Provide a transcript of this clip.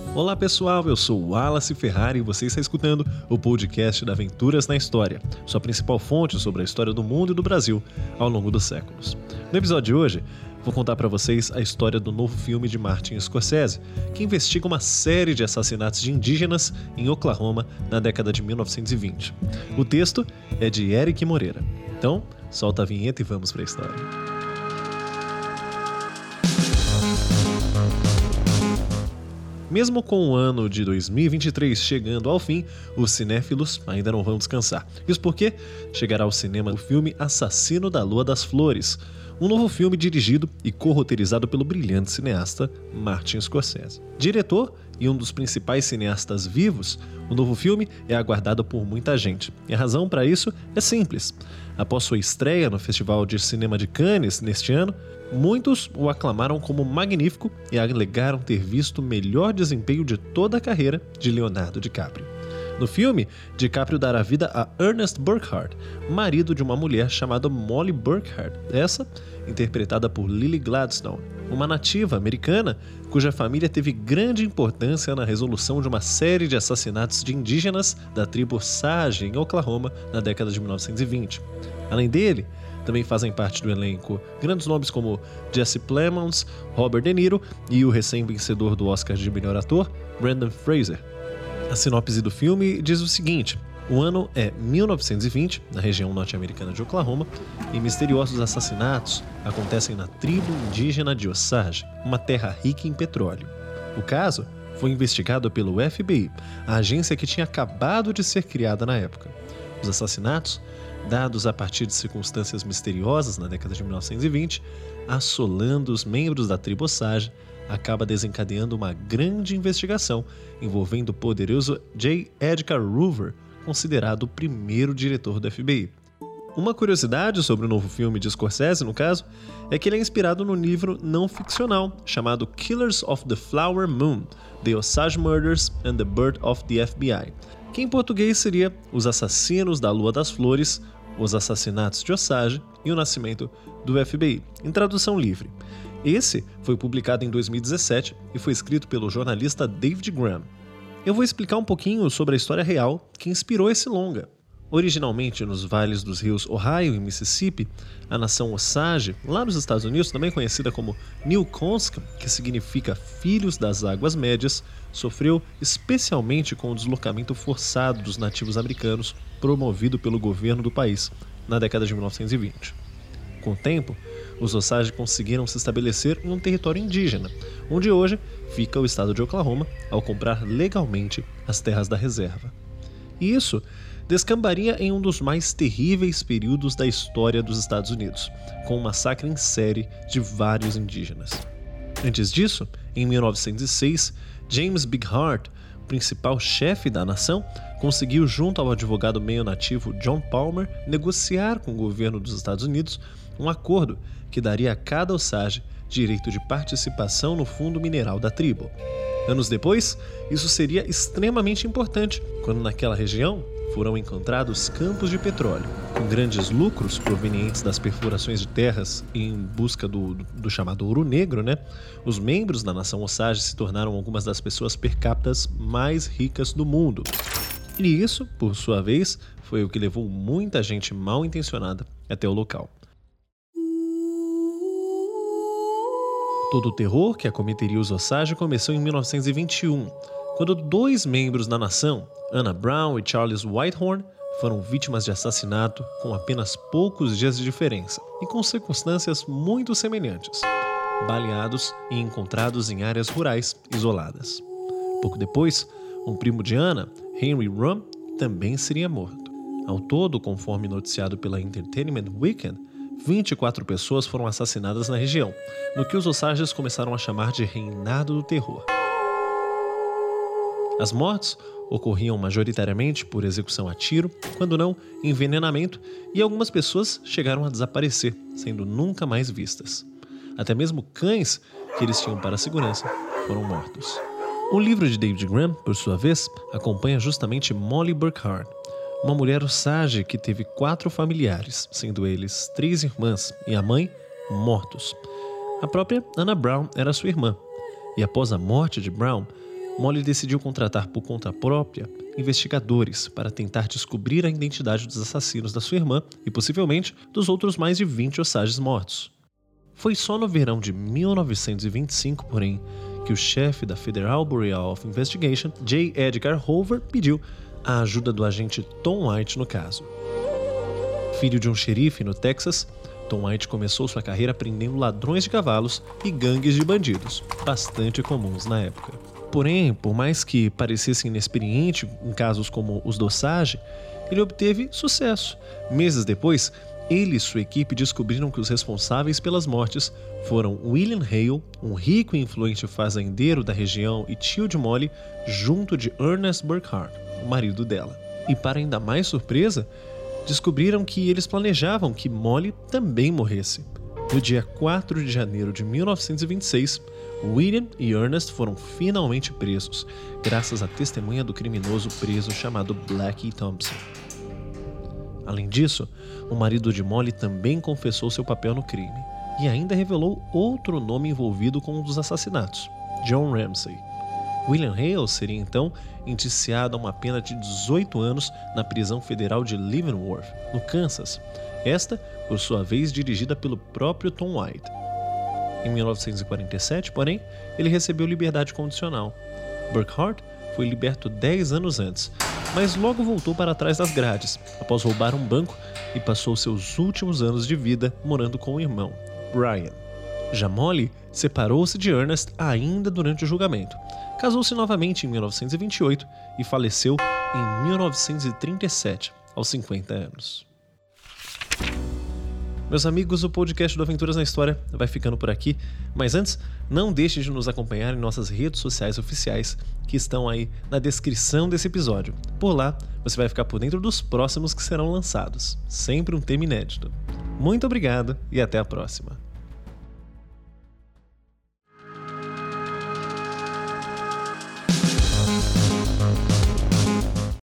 Olá pessoal, eu sou o Wallace Ferrari e você está escutando o podcast da Aventuras na História, sua principal fonte sobre a história do mundo e do Brasil ao longo dos séculos. No episódio de hoje, vou contar para vocês a história do novo filme de Martin Scorsese, que investiga uma série de assassinatos de indígenas em Oklahoma na década de 1920. O texto é de Eric Moreira. Então, solta a vinheta e vamos para a história. Mesmo com o ano de 2023 chegando ao fim, os cinéfilos ainda não vão descansar. Isso porque chegará ao cinema o filme Assassino da Lua das Flores, um novo filme dirigido e co-roteirizado pelo brilhante cineasta Martin Scorsese. Diretor e um dos principais cineastas vivos, o novo filme é aguardado por muita gente. E a razão para isso é simples. Após sua estreia no Festival de Cinema de Cannes neste ano, muitos o aclamaram como magnífico e alegaram ter visto o melhor desempenho de toda a carreira de Leonardo DiCaprio. No filme, DiCaprio dará vida a Ernest Burkhart, marido de uma mulher chamada Molly Burkhart, essa interpretada por Lily Gladstone, uma nativa americana cuja família teve grande importância na resolução de uma série de assassinatos de indígenas da tribo Osage em Oklahoma na década de 1920. Além dele, também fazem parte do elenco grandes nomes como Jesse Plemons, Robert De Niro e o recém-vencedor do Oscar de melhor ator, Brendan Fraser. A sinopse do filme diz o seguinte: o ano é 1920, na região norte-americana de Oklahoma, e misteriosos assassinatos acontecem na tribo indígena de Osage, uma terra rica em petróleo. O caso foi investigado pelo FBI, a agência que tinha acabado de ser criada na época. Os assassinatos, dados a partir de circunstâncias misteriosas na década de 1920, assolando os membros da tribo Osage, acaba desencadeando uma grande investigação envolvendo o poderoso J. Edgar Hoover, considerado o primeiro diretor do FBI. Uma curiosidade sobre o novo filme de Scorsese, no caso, é que ele é inspirado no livro não ficcional chamado Killers of the Flower Moon, The Osage Murders and the Birth of the FBI, que em português seria Os Assassinos da Lua das Flores, Os Assassinatos de Osage e o Nascimento do FBI, em tradução livre. Esse foi publicado em 2017 e foi escrito pelo jornalista David Graham. Eu vou explicar um pouquinho sobre a história real que inspirou esse longa. Originalmente nos vales dos rios Ohio e Mississippi, a nação Osage, lá nos Estados Unidos, também conhecida como Newconsc, que significa Filhos das Águas Médias, sofreu especialmente com o deslocamento forçado dos nativos americanos promovido pelo governo do país na década de 1920. Com o tempo, os Osage conseguiram se estabelecer em um território indígena, onde hoje fica o estado de Oklahoma, ao comprar legalmente as terras da reserva. E isso descambaria em um dos mais terríveis períodos da história dos Estados Unidos, com um massacre em série de vários indígenas. Antes disso, em 1906, James Big Heart, principal chefe da nação, conseguiu, junto ao advogado meio nativo John Palmer, negociar com o governo dos Estados Unidos um acordo que daria a cada Osage direito de participação no fundo mineral da tribo. Anos depois, isso seria extremamente importante, quando naquela região foram encontrados campos de petróleo. Com grandes lucros provenientes das perfurações de terras em busca do chamado ouro negro, os membros da nação Osage se tornaram algumas das pessoas per capita mais ricas do mundo. E isso, por sua vez, foi o que levou muita gente mal intencionada até o local. Todo o terror que acometeria os Osage começou em 1921, quando dois membros da nação, Anna Brown e Charles Whitehorn, foram vítimas de assassinato com apenas poucos dias de diferença e com circunstâncias muito semelhantes, baleados e encontrados em áreas rurais isoladas. Pouco depois, um primo de Anna, Henry Rum, também seria morto. Ao todo, conforme noticiado pela Entertainment Weekend, 24 pessoas foram assassinadas na região, no que os Osages começaram a chamar de Reinado do Terror. As mortes ocorriam majoritariamente por execução a tiro, quando não, envenenamento, e algumas pessoas chegaram a desaparecer, sendo nunca mais vistas. Até mesmo cães que eles tinham para a segurança foram mortos. O livro de David Graham, por sua vez, acompanha justamente Molly Burkhart, uma mulher Osage que teve 4 familiares, sendo eles 3 irmãs e a mãe, mortos. A própria Anna Brown era sua irmã, e após a morte de Brown, Molly decidiu contratar por conta própria investigadores para tentar descobrir a identidade dos assassinos da sua irmã e, possivelmente, dos outros mais de 20 Osages mortos. Foi só no verão de 1925, porém, que o chefe da Federal Bureau of Investigation, J. Edgar Hoover, pediu a ajuda do agente Tom White no caso. Filho de um xerife no Texas, Tom White começou sua carreira prendendo ladrões de cavalos e gangues de bandidos, bastante comuns na época. Porém, por mais que parecesse inexperiente em casos como os do Osage, ele obteve sucesso. Meses depois, ele e sua equipe descobriram que os responsáveis pelas mortes foram William Hale, um rico e influente fazendeiro da região e tio de Molly, junto de Ernest Burkhardt, o marido dela. E para ainda mais surpresa, descobriram que eles planejavam que Molly também morresse. No dia 4 de janeiro de 1926, William e Ernest foram finalmente presos, graças à testemunha do criminoso preso chamado Blackie Thompson. Além disso, o marido de Molly também confessou seu papel no crime e ainda revelou outro nome envolvido com um dos assassinatos, John Ramsey. William Hale seria então indiciado a uma pena de 18 anos na prisão federal de Leavenworth, no Kansas, esta, por sua vez, dirigida pelo próprio Tom White. Em 1947, porém, ele recebeu liberdade condicional. Burkhardt foi liberto 10 anos antes, mas logo voltou para trás das grades, após roubar um banco e passou seus últimos anos de vida morando com o irmão, Brian. Já Molly separou-se de Ernest ainda durante o julgamento. Casou-se novamente em 1928 e faleceu em 1937, aos 50 anos. Meus amigos, o podcast do Aventuras na História vai ficando por aqui, mas antes, não deixe de nos acompanhar em nossas redes sociais oficiais, que estão aí na descrição desse episódio. Por lá, você vai ficar por dentro dos próximos que serão lançados, sempre um tema inédito. Muito obrigado e até a próxima!